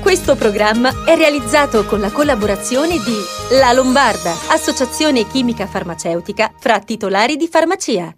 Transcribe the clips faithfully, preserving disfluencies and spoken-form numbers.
Questo programma è realizzato con la collaborazione di La Lombarda, associazione chimica farmaceutica fra titolari di farmacia.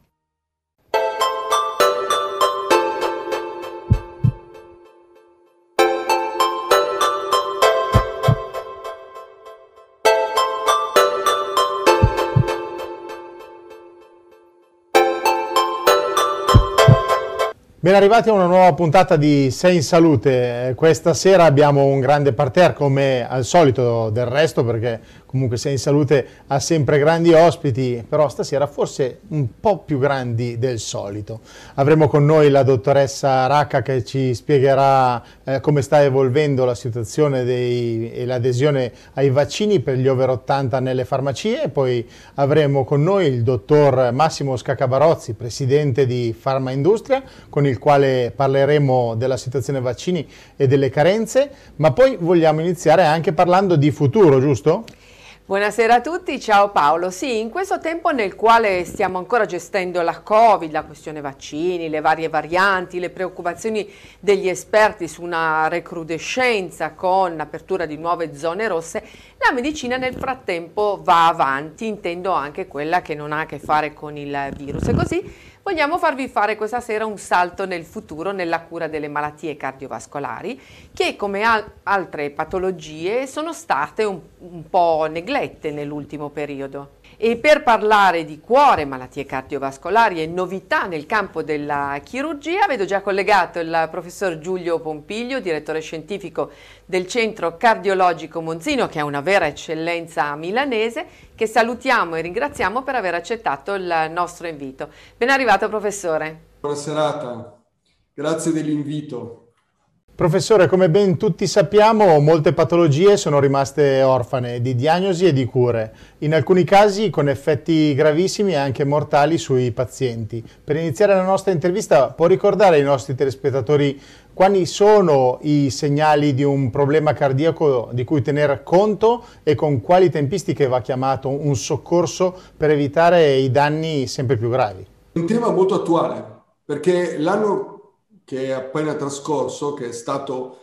Ben arrivati a una nuova puntata di Sei in Salute. Questa sera abbiamo un grande parterre come al solito, del resto, perché comunque Sei in Salute ha sempre grandi ospiti, però stasera forse un po' più grandi del solito. Avremo con noi la dottoressa Racca che ci spiegherà eh, come sta evolvendo la situazione dei, e l'adesione ai vaccini per gli over ottanta nelle farmacie. Poi avremo con noi il dottor Massimo Scaccabarozzi, presidente di Farmaindustria, con il quale parleremo della situazione vaccini e delle carenze, ma poi vogliamo iniziare anche parlando di futuro, giusto? Buonasera a tutti, ciao Paolo. Sì, in questo tempo nel quale stiamo ancora gestendo la Covid, la questione vaccini, le varie varianti, le preoccupazioni degli esperti su una recrudescenza con l'apertura di nuove zone rosse, la medicina nel frattempo va avanti, intendo anche quella che non ha a che fare con il virus. E così vogliamo farvi fare questa sera un salto nel futuro nella cura delle malattie cardiovascolari che, come al- altre patologie, sono state un, un po' neglette nell'ultimo periodo. E per parlare di cuore, malattie cardiovascolari e novità nel campo della chirurgia, vedo già collegato il professor Giulio Pompiglio, direttore scientifico del Centro Cardiologico Monzino, che è una vera eccellenza milanese, che salutiamo e ringraziamo per aver accettato il nostro invito. Ben arrivato, professore. Buona serata, grazie dell'invito. Professore, come ben tutti sappiamo, molte patologie sono rimaste orfane di diagnosi e di cure, in alcuni casi con effetti gravissimi e anche mortali sui pazienti. Per iniziare la nostra intervista, può ricordare ai nostri telespettatori quali sono i segnali di un problema cardiaco di cui tener conto e con quali tempistiche va chiamato un soccorso per evitare i danni sempre più gravi? Un tema molto attuale, perché l'anno che è appena trascorso, che è stato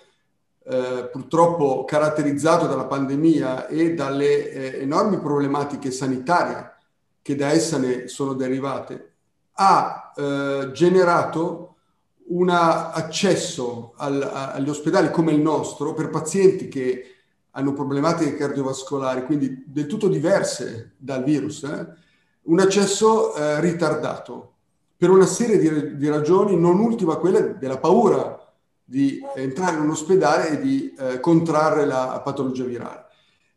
eh, purtroppo caratterizzato dalla pandemia e dalle eh, enormi problematiche sanitarie che da essa ne sono derivate, ha eh, generato un accesso al, a, agli ospedali come il nostro per pazienti che hanno problematiche cardiovascolari, quindi del tutto diverse dal virus, eh, un accesso eh, ritardato, per una serie di, di ragioni, non ultima quella della paura di entrare in un ospedale e di eh, contrarre la patologia virale.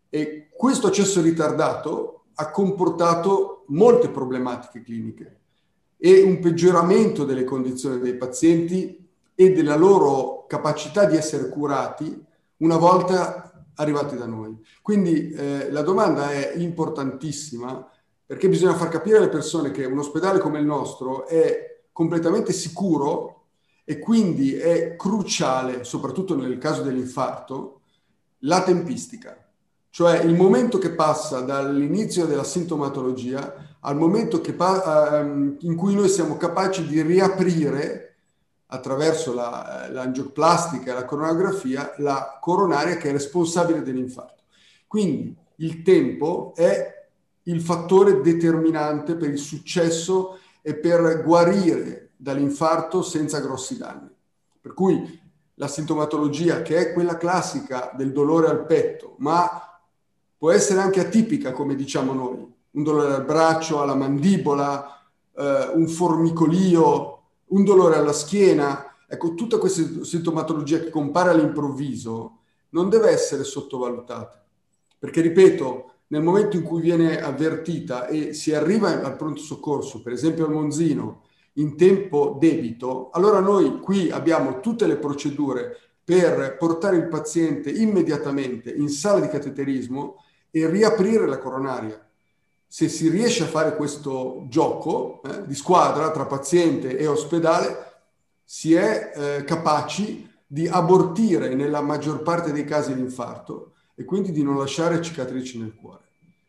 E questo accesso ritardato ha comportato molte problematiche cliniche e un peggioramento delle condizioni dei pazienti e della loro capacità di essere curati una volta arrivati da noi. Quindi eh, la domanda è importantissima, perché bisogna far capire alle persone che un ospedale come il nostro è completamente sicuro e quindi è cruciale, soprattutto nel caso dell'infarto, la tempistica. Cioè il momento che passa dall'inizio della sintomatologia al momento che pa- in cui noi siamo capaci di riaprire attraverso la, l'angioplastica e la coronografia la coronaria che è responsabile dell'infarto. Quindi il tempo è il fattore determinante per il successo e per guarire dall'infarto senza grossi danni. Per cui la sintomatologia, che è quella classica del dolore al petto, ma può essere anche atipica, come diciamo noi, un dolore al braccio, alla mandibola, eh, un formicolio, un dolore alla schiena, ecco, tutta questa sintomatologia che compare all'improvviso non deve essere sottovalutata, perché, ripeto, nel momento in cui viene avvertita e si arriva al pronto soccorso, per esempio al Monzino, in tempo debito, allora noi qui abbiamo tutte le procedure per portare il paziente immediatamente in sala di cateterismo e riaprire la coronaria. Se si riesce a fare questo gioco eh, di squadra tra paziente e ospedale, si è eh, capaci di abortire nella maggior parte dei casi l'infarto e quindi di non lasciare cicatrici nel cuore.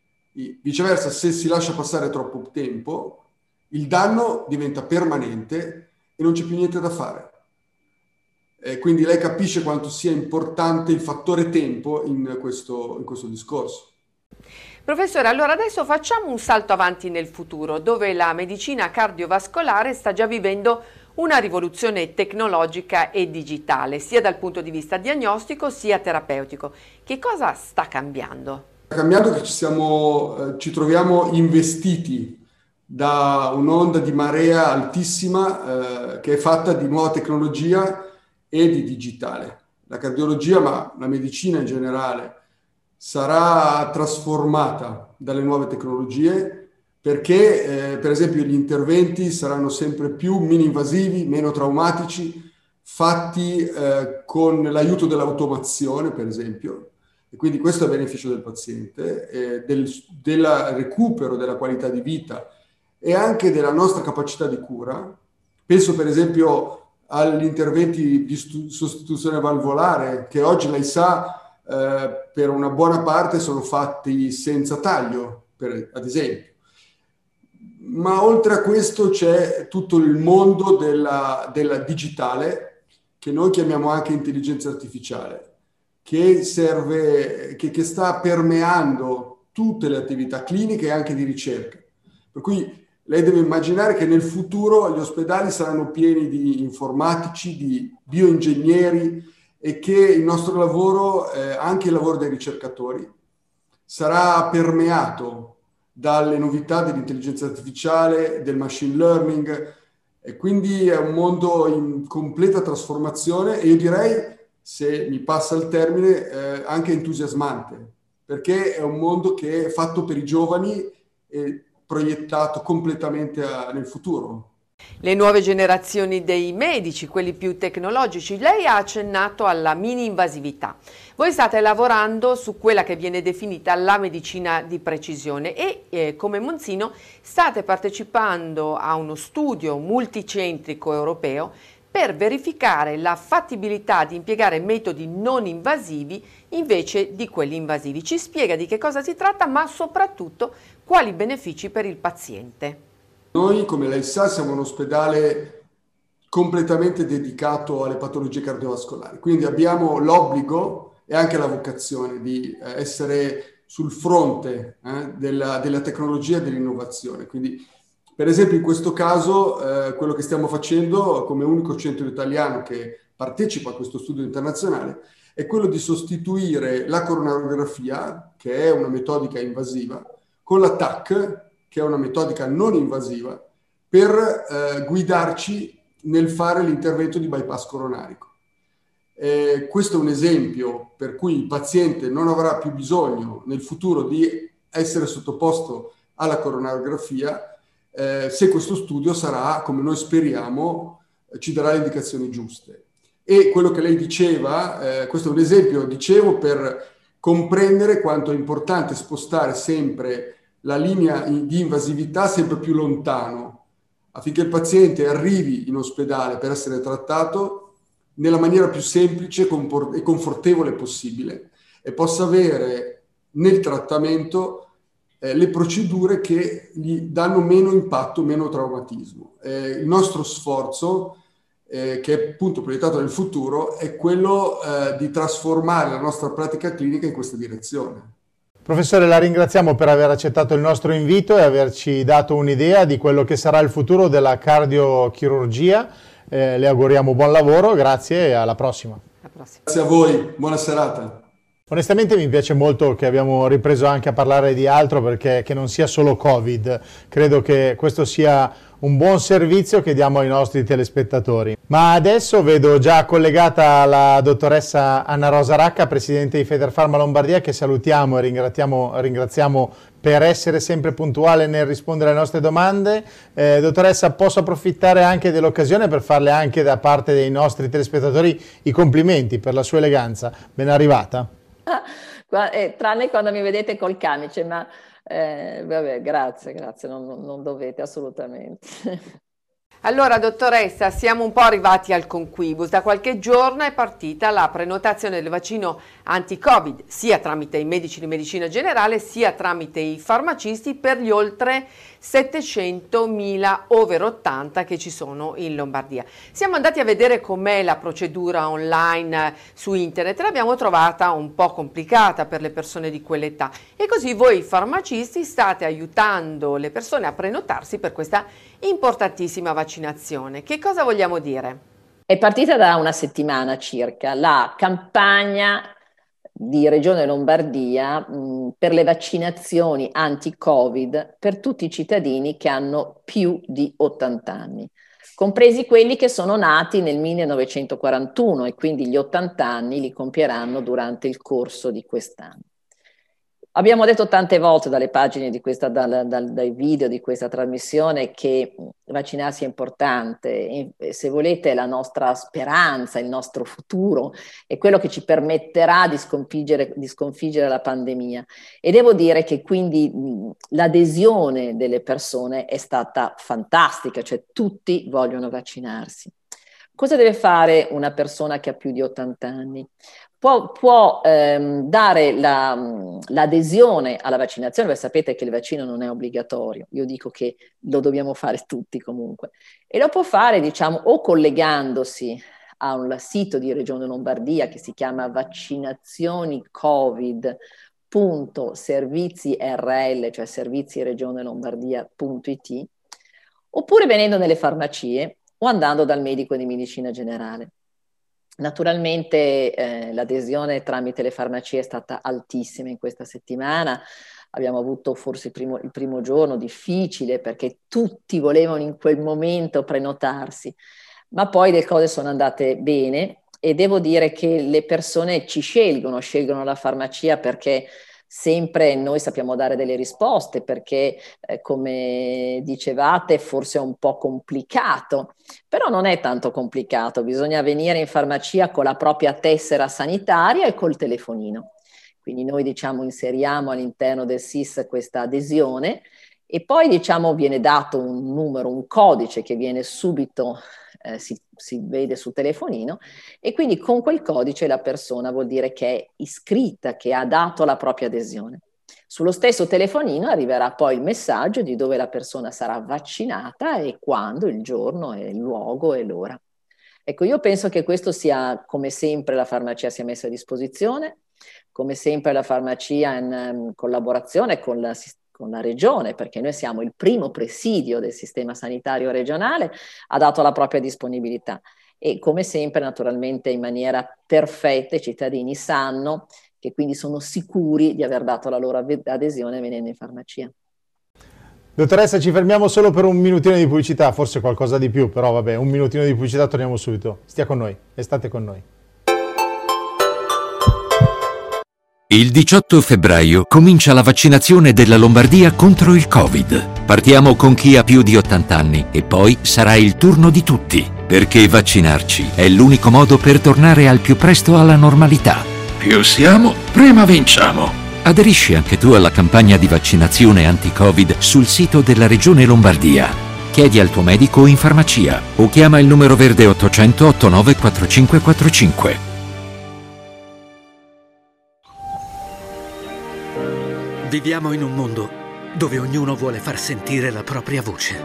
E viceversa, se si lascia passare troppo tempo, il danno diventa permanente e non c'è più niente da fare. E quindi lei capisce quanto sia importante il fattore tempo in questo, in questo discorso. Professore, allora adesso facciamo un salto avanti nel futuro, dove la medicina cardiovascolare sta già vivendo una rivoluzione tecnologica e digitale, sia dal punto di vista diagnostico sia terapeutico. Che cosa sta cambiando? Sta cambiando che ci, siamo, eh, ci troviamo investiti da un'onda di marea altissima eh, che è fatta di nuova tecnologia e di digitale. La cardiologia, ma la medicina in generale, sarà trasformata dalle nuove tecnologie perché, eh, per esempio, gli interventi saranno sempre più mini-invasivi, meno traumatici, fatti eh, con l'aiuto dell'automazione, per esempio. E quindi questo è a beneficio del paziente, eh, del, del recupero della qualità di vita e anche della nostra capacità di cura. Penso, per esempio, agli interventi di sostituzione valvolare, che oggi lei sa, eh, per una buona parte sono fatti senza taglio, per, ad esempio. Ma oltre a questo c'è tutto il mondo della, della digitale, che noi chiamiamo anche intelligenza artificiale, che serve, che, che sta permeando tutte le attività cliniche e anche di ricerca. Per cui lei deve immaginare che nel futuro gli ospedali saranno pieni di informatici, di bioingegneri e che il nostro lavoro, eh, anche il lavoro dei ricercatori, sarà permeato dalle novità dell'intelligenza artificiale, del machine learning, e quindi è un mondo in completa trasformazione e io direi, se mi passa il termine, eh, anche entusiasmante, perché è un mondo che è fatto per i giovani e proiettato completamente a, nel futuro. Le nuove generazioni dei medici, quelli più tecnologici, lei ha accennato alla mini-invasività. Voi state lavorando su quella che viene definita la medicina di precisione e eh, come Monzino state partecipando a uno studio multicentrico europeo per verificare la fattibilità di impiegare metodi non invasivi invece di quelli invasivi. Ci spiega di che cosa si tratta, ma soprattutto quali benefici per il paziente. Noi, come lei sa, siamo un ospedale completamente dedicato alle patologie cardiovascolari, quindi abbiamo l'obbligo e anche la vocazione di essere sul fronte eh, della, della tecnologia e dell'innovazione. Quindi, per esempio, in questo caso, eh, quello che stiamo facendo come unico centro italiano che partecipa a questo studio internazionale è quello di sostituire la coronarografia, che è una metodica invasiva, con la T A C, che è una metodica non invasiva, per eh, guidarci nel fare l'intervento di bypass coronarico. Eh, questo è un esempio per cui il paziente non avrà più bisogno nel futuro di essere sottoposto alla coronarografia eh, se questo studio sarà, come noi speriamo, eh, ci darà le indicazioni giuste. E quello che lei diceva, eh, questo è un esempio, dicevo, per comprendere quanto è importante spostare sempre la linea di invasività sempre più lontano, affinché il paziente arrivi in ospedale per essere trattato nella maniera più semplice e confortevole possibile e possa avere nel trattamento eh, le procedure che gli danno meno impatto, meno traumatismo. Eh, il nostro sforzo, eh, che è appunto proiettato nel futuro, è quello eh, di trasformare la nostra pratica clinica in questa direzione. Professore, la ringraziamo per aver accettato il nostro invito e averci dato un'idea di quello che sarà il futuro della cardiochirurgia. Eh, le auguriamo buon lavoro, grazie e alla prossima. Alla prossima. Grazie a voi, buona serata. Onestamente mi piace molto che abbiamo ripreso anche a parlare di altro, perché che non sia solo Covid. Credo che questo sia un buon servizio che diamo ai nostri telespettatori. Ma adesso vedo già collegata la dottoressa Anna Rosa Racca, presidente di Federfarma Lombardia, che salutiamo e ringraziamo, ringraziamo per essere sempre puntuale nel rispondere alle nostre domande. Eh, dottoressa, posso approfittare anche dell'occasione per farle anche da parte dei nostri telespettatori i complimenti per la sua eleganza. Ben arrivata. Eh, tranne quando mi vedete col camice, ma eh, vabbè, grazie, grazie, non, non dovete assolutamente. Allora, dottoressa, siamo un po' arrivati al concluibus. Da qualche giorno è partita la prenotazione del vaccino anti-Covid, sia tramite i medici di medicina generale, sia tramite i farmacisti per gli oltre settecentomila over ottanta che ci sono in Lombardia. Siamo andati a vedere com'è la procedura online su internet e l'abbiamo trovata un po' complicata per le persone di quell'età, e così voi farmacisti state aiutando le persone a prenotarsi per questa importantissima vaccinazione. Che cosa vogliamo dire? È partita da una settimana circa la campagna di Regione Lombardia mh, per le vaccinazioni anti-Covid per tutti i cittadini che hanno più di ottanta anni, compresi quelli che sono nati nel millenovecentoquarantuno e quindi gli ottanta anni li compieranno durante il corso di quest'anno. Abbiamo detto tante volte dalle pagine di questa, dal, dal, dai video di questa trasmissione che vaccinarsi è importante, e se volete è la nostra speranza, il nostro futuro, è quello che ci permetterà di sconfiggere, di sconfiggere la pandemia. E devo dire che quindi mh, l'adesione delle persone è stata fantastica, cioè tutti vogliono vaccinarsi. Cosa deve fare una persona che ha più di ottanta anni? Può, può ehm, dare la, l'adesione alla vaccinazione, perché sapete che il vaccino non è obbligatorio, io dico che lo dobbiamo fare tutti comunque, e lo può fare, diciamo, o collegandosi a un sito di Regione Lombardia che si chiama vaccinazioni covid punto servizi R L, cioè servizi regione lombardia punto it, oppure venendo nelle farmacie o andando dal medico di medicina generale. Naturalmente eh, l'adesione tramite le farmacie è stata altissima in questa settimana. Abbiamo avuto forse il primo, il primo giorno difficile perché tutti volevano in quel momento prenotarsi, ma poi le cose sono andate bene e devo dire che le persone ci scelgono, scelgono la farmacia perché sempre noi sappiamo dare delle risposte, perché eh, come dicevate forse è un po' complicato, però non è tanto complicato, bisogna venire in farmacia con la propria tessera sanitaria e col telefonino. Quindi noi diciamo inseriamo all'interno del S I S questa adesione e poi diciamo viene dato un numero, un codice che viene subito Eh, si, si vede sul telefonino, e quindi con quel codice la persona vuol dire che è iscritta, che ha dato la propria adesione. Sullo stesso telefonino arriverà poi il messaggio di dove la persona sarà vaccinata e quando, il giorno, e il luogo e l'ora. Ecco, io penso che questo sia, come sempre, la farmacia sia messa a disposizione, come sempre la farmacia in um, collaborazione con la con la regione, perché noi siamo il primo presidio del sistema sanitario regionale, ha dato la propria disponibilità e come sempre naturalmente in maniera perfetta i cittadini sanno che quindi sono sicuri di aver dato la loro adesione venendo in farmacia. Dottoressa, ci fermiamo solo per un minutino di pubblicità, forse qualcosa di più, però vabbè, un minutino di pubblicità, torniamo subito. Stia con noi e state con noi. Il diciotto febbraio comincia la vaccinazione della Lombardia contro il Covid. Partiamo con chi ha più di ottanta anni e poi sarà il turno di tutti, perché vaccinarci è l'unico modo per tornare al più presto alla normalità. Più siamo, prima vinciamo. Aderisci anche tu alla campagna di vaccinazione anti-Covid sul sito della Regione Lombardia. Chiedi al tuo medico o in farmacia o chiama il numero verde ottocento ottantanove quarantacinque quarantacinque. Viviamo in un mondo dove ognuno vuole far sentire la propria voce.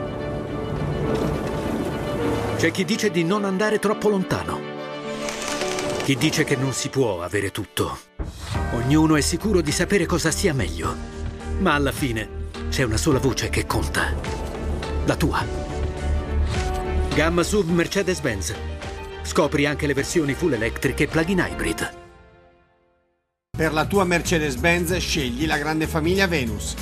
C'è chi dice di non andare troppo lontano. Chi dice che non si può avere tutto. Ognuno è sicuro di sapere cosa sia meglio. Ma alla fine c'è una sola voce che conta. La tua. Gamma S U V Mercedes-Benz. Scopri anche le versioni full electric e plug-in hybrid. Per la tua Mercedes-Benz scegli la grande famiglia Venus.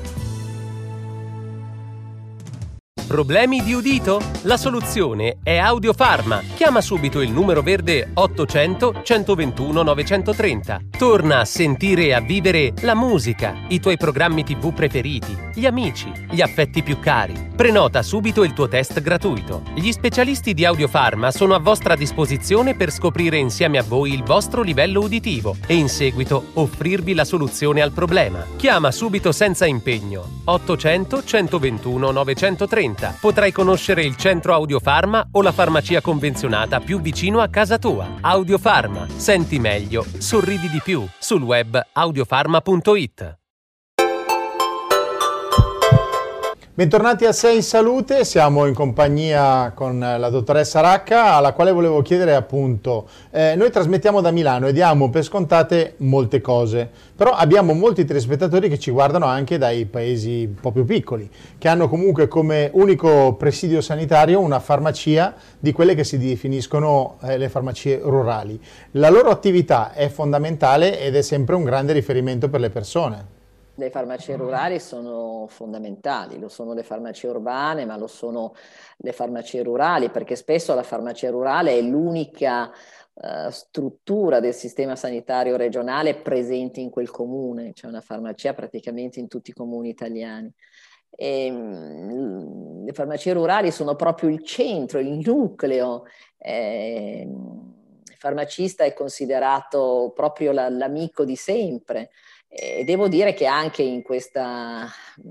Problemi di udito? La soluzione è Audiofarma. Chiama subito il numero verde ottocento centoventuno novecentotrenta. Torna a sentire e a vivere la musica, i tuoi programmi tivù preferiti, gli amici, gli affetti più cari. Prenota subito il tuo test gratuito. Gli specialisti di Audiofarma sono a vostra disposizione per scoprire insieme a voi il vostro livello uditivo e in seguito offrirvi la soluzione al problema. Chiama subito senza impegno ottocento centoventuno novecentotrenta. trenta. Potrai conoscere il centro Audiofarma o la farmacia convenzionata più vicino a casa tua. Audiofarma. Senti meglio, sorridi di più. Sul web audiofarma punto it. Bentornati a Sei in Salute, siamo in compagnia con la dottoressa Racca, alla quale volevo chiedere appunto, eh, noi trasmettiamo da Milano e diamo per scontate molte cose, però abbiamo molti telespettatori che ci guardano anche dai paesi un po' più piccoli, che hanno comunque come unico presidio sanitario una farmacia di quelle che si definiscono eh, le farmacie rurali. La loro attività è fondamentale ed è sempre un grande riferimento per le persone. Le farmacie rurali sono fondamentali, lo sono le farmacie urbane, ma lo sono le farmacie rurali, perché spesso la farmacia rurale è l'unica uh, struttura del sistema sanitario regionale presente in quel comune, c'è una farmacia praticamente in tutti i comuni italiani. E, mh, le farmacie rurali sono proprio il centro, il nucleo. Eh, il farmacista è considerato proprio la, l'amico di sempre. E devo dire che anche in questa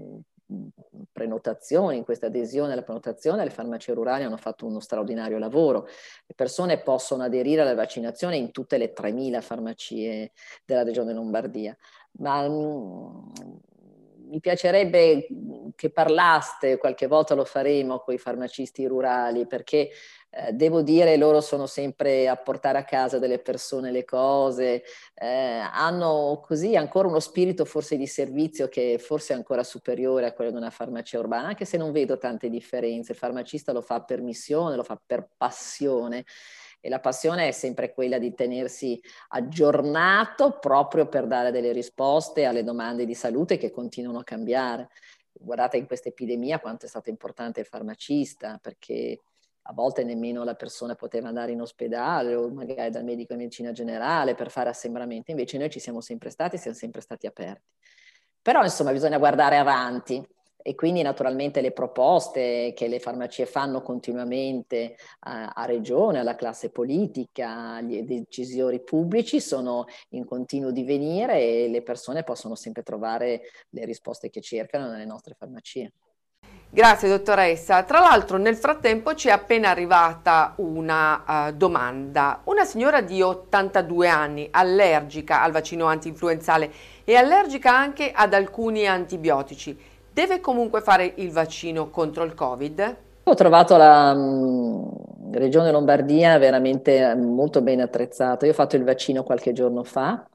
prenotazione, in questa adesione alla prenotazione, le farmacie rurali hanno fatto uno straordinario lavoro. Le persone possono aderire alla vaccinazione in tutte le tremila farmacie della regione Lombardia. Ma mh, mi piacerebbe che parlaste, qualche volta lo faremo, con i farmacisti rurali, perché Eh, devo dire, loro sono sempre a portare a casa delle persone le cose, eh, hanno così ancora uno spirito forse di servizio che forse è ancora superiore a quello di una farmacia urbana, anche se non vedo tante differenze. Il farmacista lo fa per missione, lo fa per passione, e la passione è sempre quella di tenersi aggiornato proprio per dare delle risposte alle domande di salute che continuano a cambiare. Guardate in questa epidemia quanto è stato importante il farmacista, perché a volte nemmeno la persona poteva andare in ospedale o magari dal medico di medicina generale per fare assembramenti, invece noi ci siamo sempre stati, siamo sempre stati aperti. Però insomma bisogna guardare avanti e quindi naturalmente le proposte che le farmacie fanno continuamente a, a regione, alla classe politica, agli decisori pubblici sono in continuo divenire e le persone possono sempre trovare le risposte che cercano nelle nostre farmacie. Grazie dottoressa. Tra l'altro nel frattempo ci è appena arrivata una uh, domanda. Una signora di ottantadue anni, allergica al vaccino antinfluenzale e allergica anche ad alcuni antibiotici, deve comunque fare il vaccino contro il Covid? Ho trovato la mh, regione Lombardia veramente molto ben attrezzata. Io ho fatto il vaccino qualche giorno fa.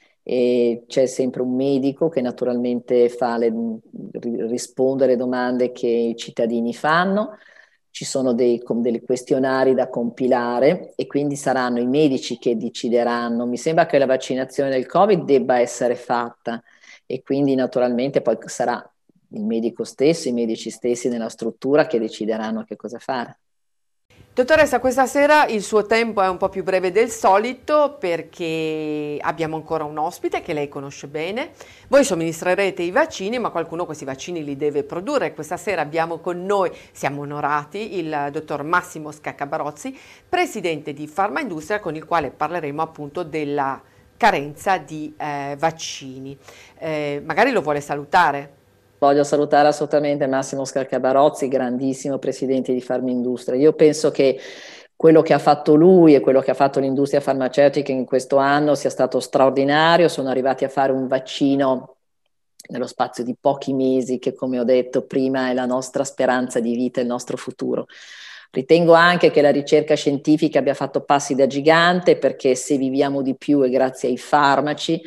E c'è sempre un medico che naturalmente fa le, risponde alle domande che i cittadini fanno, ci sono dei, dei questionari da compilare e quindi saranno i medici che decideranno. Mi sembra che la vaccinazione del Covid debba essere fatta e quindi naturalmente poi sarà il medico stesso, i medici stessi nella struttura che decideranno che cosa fare. Dottoressa, questa sera il suo tempo è un po' più breve del solito perché abbiamo ancora un ospite che lei conosce bene. Voi somministrerete i vaccini, ma qualcuno questi vaccini li deve produrre. Questa sera abbiamo con noi, siamo onorati, il dottor Massimo Scaccabarozzi, presidente di Farmaindustria, con il quale parleremo appunto della carenza di eh, vaccini. Eh, magari lo vuole salutare? Voglio salutare assolutamente Massimo Scaccabarozzi, grandissimo presidente di Farmaindustria. Io penso che quello che ha fatto lui e quello che ha fatto l'industria farmaceutica in questo anno sia stato straordinario. Sono arrivati a fare un vaccino nello spazio di pochi mesi che, come ho detto prima, è la nostra speranza di vita, il nostro futuro. Ritengo anche che la ricerca scientifica abbia fatto passi da gigante, perché se viviamo di più è grazie ai farmaci,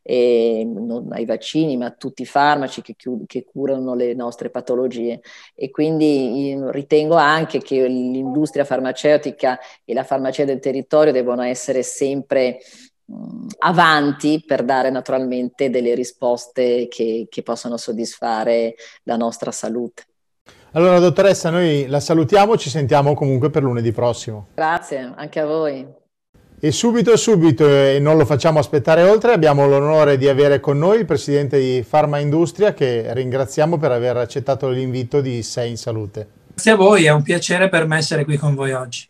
e non ai vaccini ma a tutti i farmaci che, che curano le nostre patologie, e quindi ritengo anche che l'industria farmaceutica e la farmacia del territorio devono essere sempre mh, avanti per dare naturalmente delle risposte che, che possano soddisfare la nostra salute. Allora dottoressa, noi la salutiamo, ci sentiamo comunque per lunedì prossimo. Grazie, anche a voi. E subito, subito, e non lo facciamo aspettare oltre, abbiamo l'onore di avere con noi il presidente di Farmaindustria, che ringraziamo per aver accettato l'invito di Sei in Salute. Grazie a voi, è un piacere per me essere qui con voi oggi.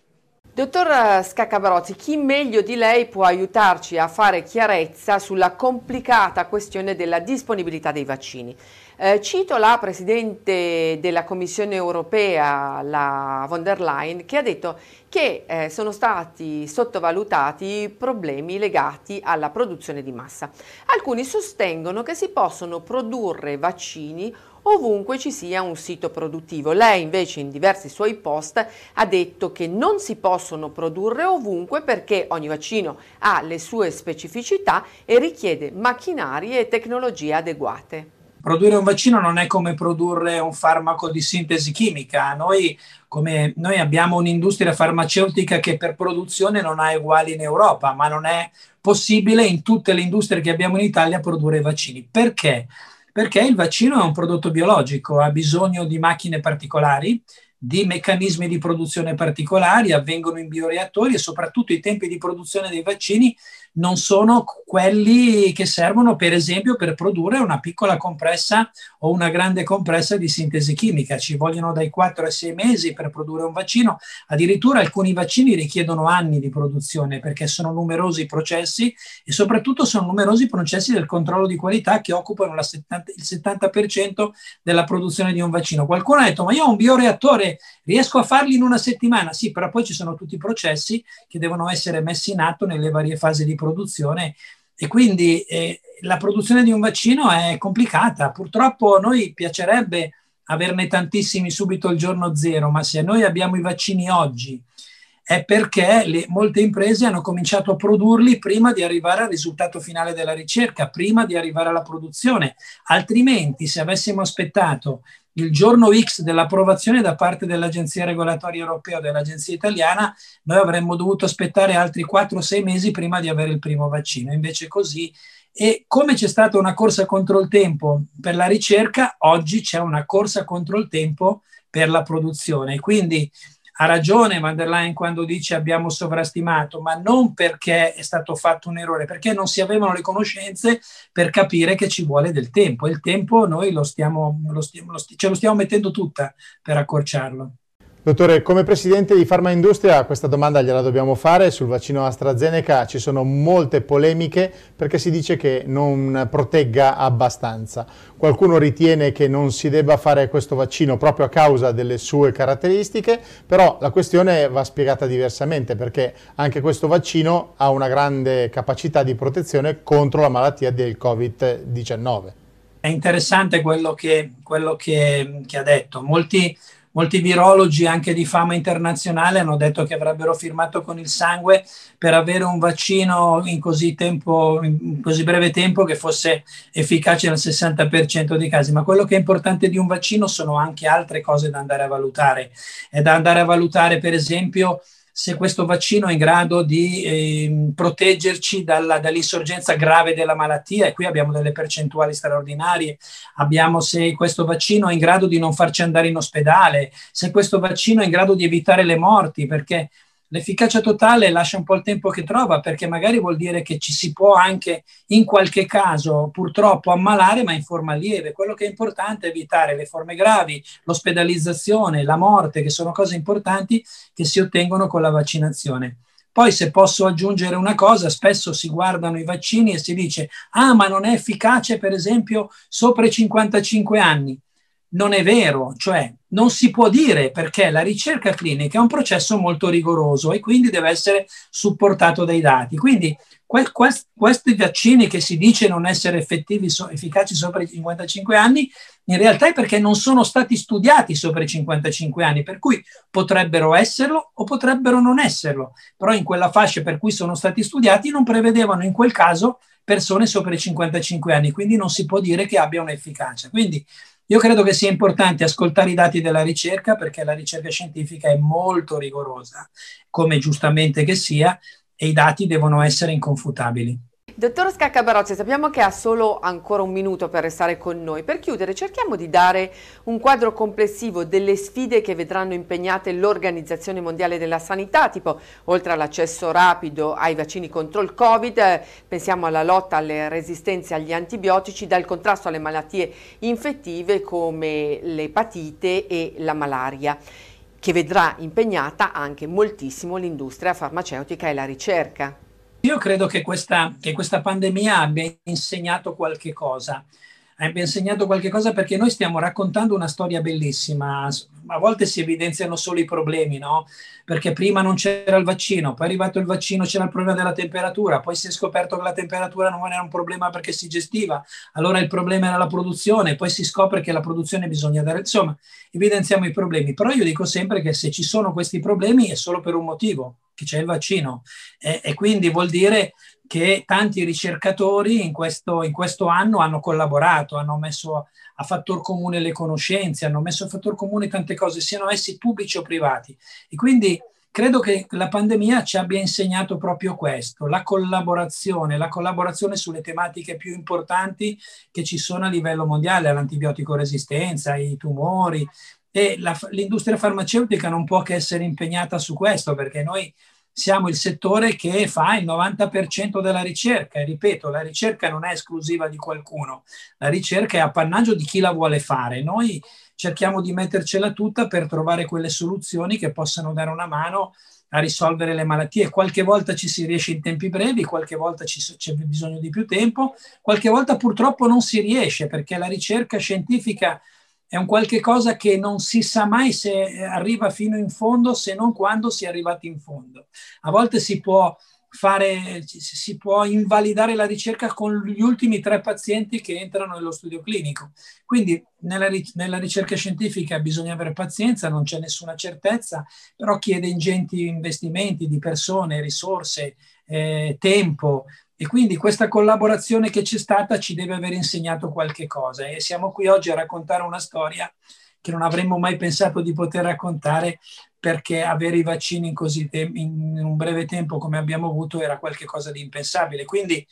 Dottor Scaccabarozzi, chi meglio di lei può aiutarci a fare chiarezza sulla complicata questione della disponibilità dei vaccini? Eh, cito la Presidente della Commissione Europea, la von der Leyen, che ha detto che eh, sono stati sottovalutati i problemi legati alla produzione di massa. Alcuni sostengono che si possono produrre vaccini ovunque ci sia un sito produttivo. Lei invece in diversi suoi post ha detto che non si possono produrre ovunque perché ogni vaccino ha le sue specificità e richiede macchinari e tecnologie adeguate. Produrre un vaccino non è come produrre un farmaco di sintesi chimica. Noi, come, noi abbiamo un'industria farmaceutica che per produzione non ha uguali in Europa, ma non è possibile in tutte le industrie che abbiamo in Italia produrre vaccini. Perché? Perché il vaccino è un prodotto biologico, ha bisogno di macchine particolari, di meccanismi di produzione particolari, avvengono in bioreattori e soprattutto i tempi di produzione dei vaccini non sono quelli che servono per esempio per produrre una piccola compressa o una grande compressa di sintesi chimica. Ci vogliono dai quattro ai sei mesi per produrre un vaccino, addirittura alcuni vaccini richiedono anni di produzione perché sono numerosi i processi e soprattutto sono numerosi i processi del controllo di qualità che occupano la settanta, il settanta per cento della produzione di un vaccino. Qualcuno ha detto ma io ho un bioreattore, riesco a farli in una settimana? Sì, però poi ci sono tutti i processi che devono essere messi in atto nelle varie fasi di produzione e quindi eh, la produzione di un vaccino è complicata. Purtroppo a noi piacerebbe averne tantissimi subito il giorno zero, ma se noi abbiamo i vaccini oggi è perché le, molte imprese hanno cominciato a produrli prima di arrivare al risultato finale della ricerca, prima di arrivare alla produzione. Altrimenti, se avessimo aspettato il giorno X dell'approvazione da parte dell'Agenzia Regolatoria Europea o dell'Agenzia Italiana, noi avremmo dovuto aspettare altri quattro sei mesi prima di avere il primo vaccino. Invece così, e come c'è stata una corsa contro il tempo per la ricerca, oggi c'è una corsa contro il tempo per la produzione. Quindi ha ragione von der Leyen quando dice abbiamo sovrastimato, ma non perché è stato fatto un errore, perché non si avevano le conoscenze per capire che ci vuole del tempo. Il tempo noi lo stiamo, lo stiamo, lo sti- ce lo stiamo mettendo tutta per accorciarlo. Dottore, come Presidente di Farmaindustria questa domanda gliela dobbiamo fare. Sul vaccino AstraZeneca ci sono molte polemiche perché si dice che non protegga abbastanza. Qualcuno ritiene che non si debba fare questo vaccino proprio a causa delle sue caratteristiche, però la questione va spiegata diversamente perché anche questo vaccino ha una grande capacità di protezione contro la malattia del Covid diciannove. È interessante quello che, quello che, che ha detto. Molti Molti virologi anche di fama internazionale hanno detto che avrebbero firmato con il sangue per avere un vaccino in così, tempo, in così breve tempo che fosse efficace nel sessanta per cento dei casi. Ma quello che è importante di un vaccino sono anche altre cose da andare a valutare. È da andare a valutare per esempio se questo vaccino è in grado di eh, proteggerci dalla, dall'insorgenza grave della malattia, e qui abbiamo delle percentuali straordinarie. Abbiamo se questo vaccino è in grado di non farci andare in ospedale, se questo vaccino è in grado di evitare le morti, perché l'efficacia totale lascia un po' il tempo che trova, perché magari vuol dire che ci si può anche in qualche caso purtroppo ammalare, ma in forma lieve. Quello che è importante è evitare le forme gravi, l'ospedalizzazione, la morte, che sono cose importanti che si ottengono con la vaccinazione. Poi, se posso aggiungere una cosa, spesso si guardano i vaccini e si dice ah, ma non è efficace per esempio sopra i cinquantacinque anni. Non è vero, cioè non si può dire, perché la ricerca clinica è un processo molto rigoroso e quindi deve essere supportato dai dati. Quindi que- quest- questi vaccini che si dice non essere effettivi, so- efficaci sopra i cinquantacinque anni, in realtà è perché non sono stati studiati sopra i cinquantacinque anni, per cui potrebbero esserlo o potrebbero non esserlo, però in quella fascia per cui sono stati studiati non prevedevano in quel caso persone sopra i cinquantacinque anni, quindi non si può dire che abbia un'efficacia. Quindi io credo che sia importante ascoltare i dati della ricerca, perché la ricerca scientifica è molto rigorosa, come giustamente che sia, e i dati devono essere inconfutabili. Dottor Scaccabarozzi, sappiamo che ha solo ancora un minuto per restare con noi. Per chiudere, cerchiamo di dare un quadro complessivo delle sfide che vedranno impegnate l'Organizzazione Mondiale della Sanità, tipo oltre all'accesso rapido ai vaccini contro il Covid, eh, pensiamo alla lotta alle resistenze agli antibiotici, dal contrasto alle malattie infettive come l'epatite e la malaria. che vedrà impegnata anche moltissimo l'industria farmaceutica e la ricerca. Io credo che questa, che questa pandemia abbia insegnato qualche cosa. Abbia insegnato qualche cosa perché noi stiamo raccontando una storia bellissima. A volte si evidenziano solo i problemi, no? Perché prima non c'era il vaccino, poi è arrivato il vaccino, c'era il problema della temperatura, poi si è scoperto che la temperatura non era un problema perché si gestiva, allora il problema era la produzione, poi si scopre che la produzione bisogna dare, insomma, evidenziamo i problemi. Però io dico sempre che se ci sono questi problemi è solo per un motivo, che c'è il vaccino, e, e quindi vuol dire che tanti ricercatori in questo, in questo anno hanno collaborato, hanno messo a fattor comune le conoscenze, hanno messo a fattor comune tante cose, siano essi pubblici o privati. E quindi credo che la pandemia ci abbia insegnato proprio questo, la collaborazione, la collaborazione sulle tematiche più importanti che ci sono a livello mondiale, l'antibiotico resistenza, i tumori, e la, l'industria farmaceutica non può che essere impegnata su questo, perché noi siamo il settore che fa il novanta per cento della ricerca e ripeto, la ricerca non è esclusiva di qualcuno, la ricerca è appannaggio di chi la vuole fare. Noi cerchiamo di mettercela tutta per trovare quelle soluzioni che possano dare una mano a risolvere le malattie. Qualche volta ci si riesce in tempi brevi, qualche volta ci, c'è bisogno di più tempo, qualche volta purtroppo non si riesce perché la ricerca scientifica è un qualche cosa che non si sa mai se arriva fino in fondo, se non quando si è arrivati in fondo. A volte si può fare, si può invalidare la ricerca con gli ultimi tre pazienti che entrano nello studio clinico. Quindi nella, nella ricerca scientifica bisogna avere pazienza, non c'è nessuna certezza, però chiede ingenti investimenti di persone, risorse, eh, tempo. E quindi questa collaborazione che c'è stata ci deve aver insegnato qualche cosa e siamo qui oggi a raccontare una storia che non avremmo mai pensato di poter raccontare, perché avere i vaccini in, così te- in un breve tempo come abbiamo avuto era qualcosa di impensabile. Quindi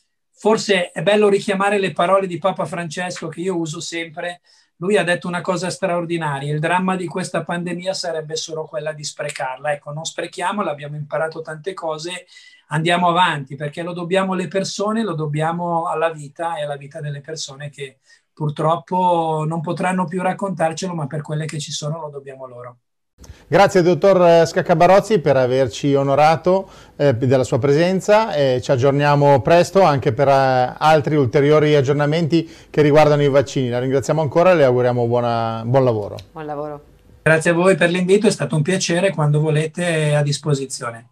forse è bello richiamare le parole di Papa Francesco che io uso sempre. Lui ha detto una cosa straordinaria: il dramma di questa pandemia sarebbe solo quella di sprecarla. Ecco, non sprechiamola, abbiamo imparato tante cose, andiamo avanti perché lo dobbiamo alle persone, lo dobbiamo alla vita e alla vita delle persone che purtroppo non potranno più raccontarcelo, ma per quelle che ci sono lo dobbiamo loro. Grazie dottor Scaccabarozzi per averci onorato eh, della sua presenza e ci aggiorniamo presto anche per eh, altri ulteriori aggiornamenti che riguardano i vaccini. La ringraziamo ancora e le auguriamo buona, buon lavoro. Buon lavoro. Grazie a voi per l'invito, è stato un piacere, quando volete è a disposizione.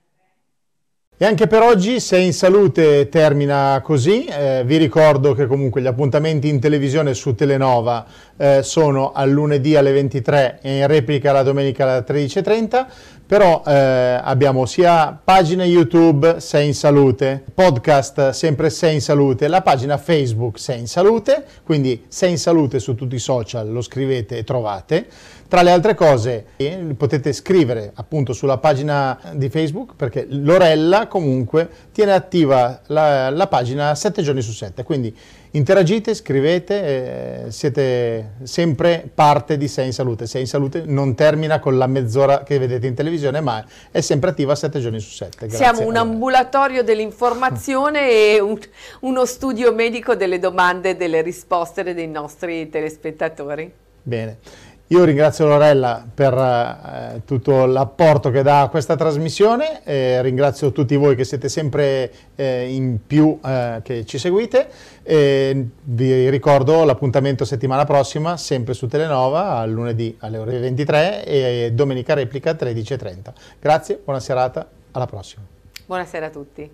E anche per oggi Sei in Salute termina così. Eh, vi ricordo che comunque gli appuntamenti in televisione su Telenova eh, sono al lunedì alle ventitré e in replica la domenica alle tredici e trenta, però eh, abbiamo sia pagina YouTube Sei in Salute, podcast sempre Sei in Salute, la pagina Facebook Sei in Salute, quindi Sei in Salute su tutti i social, lo scrivete e trovate. Tra le altre cose eh, potete scrivere appunto sulla pagina di Facebook, perché Lorella comunque tiene attiva la, la pagina sette giorni su sette, quindi interagite, scrivete, eh, siete sempre parte di Sei in Salute. Sei in Salute non termina con la mezz'ora che vedete in televisione, ma è sempre attiva sette giorni su sette. Grazie. Siamo un ambulatorio dell'informazione e un, uno studio medico delle domande e delle risposte dei nostri telespettatori. Bene. Io ringrazio Lorella per eh, tutto l'apporto che dà a questa trasmissione, e ringrazio tutti voi che siete sempre eh, in più eh, che ci seguite, e vi ricordo l'appuntamento settimana prossima sempre su Telenova al lunedì alle ore ventitré e domenica replica tredici e trenta. Grazie, buona serata, alla prossima. Buonasera a tutti.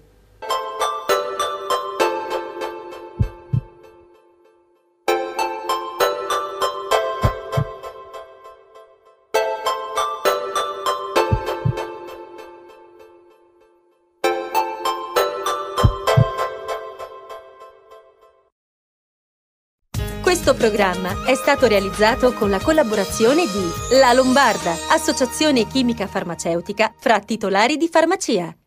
Questo programma è stato realizzato con la collaborazione di La Lombarda, associazione chimica farmaceutica fra titolari di farmacia.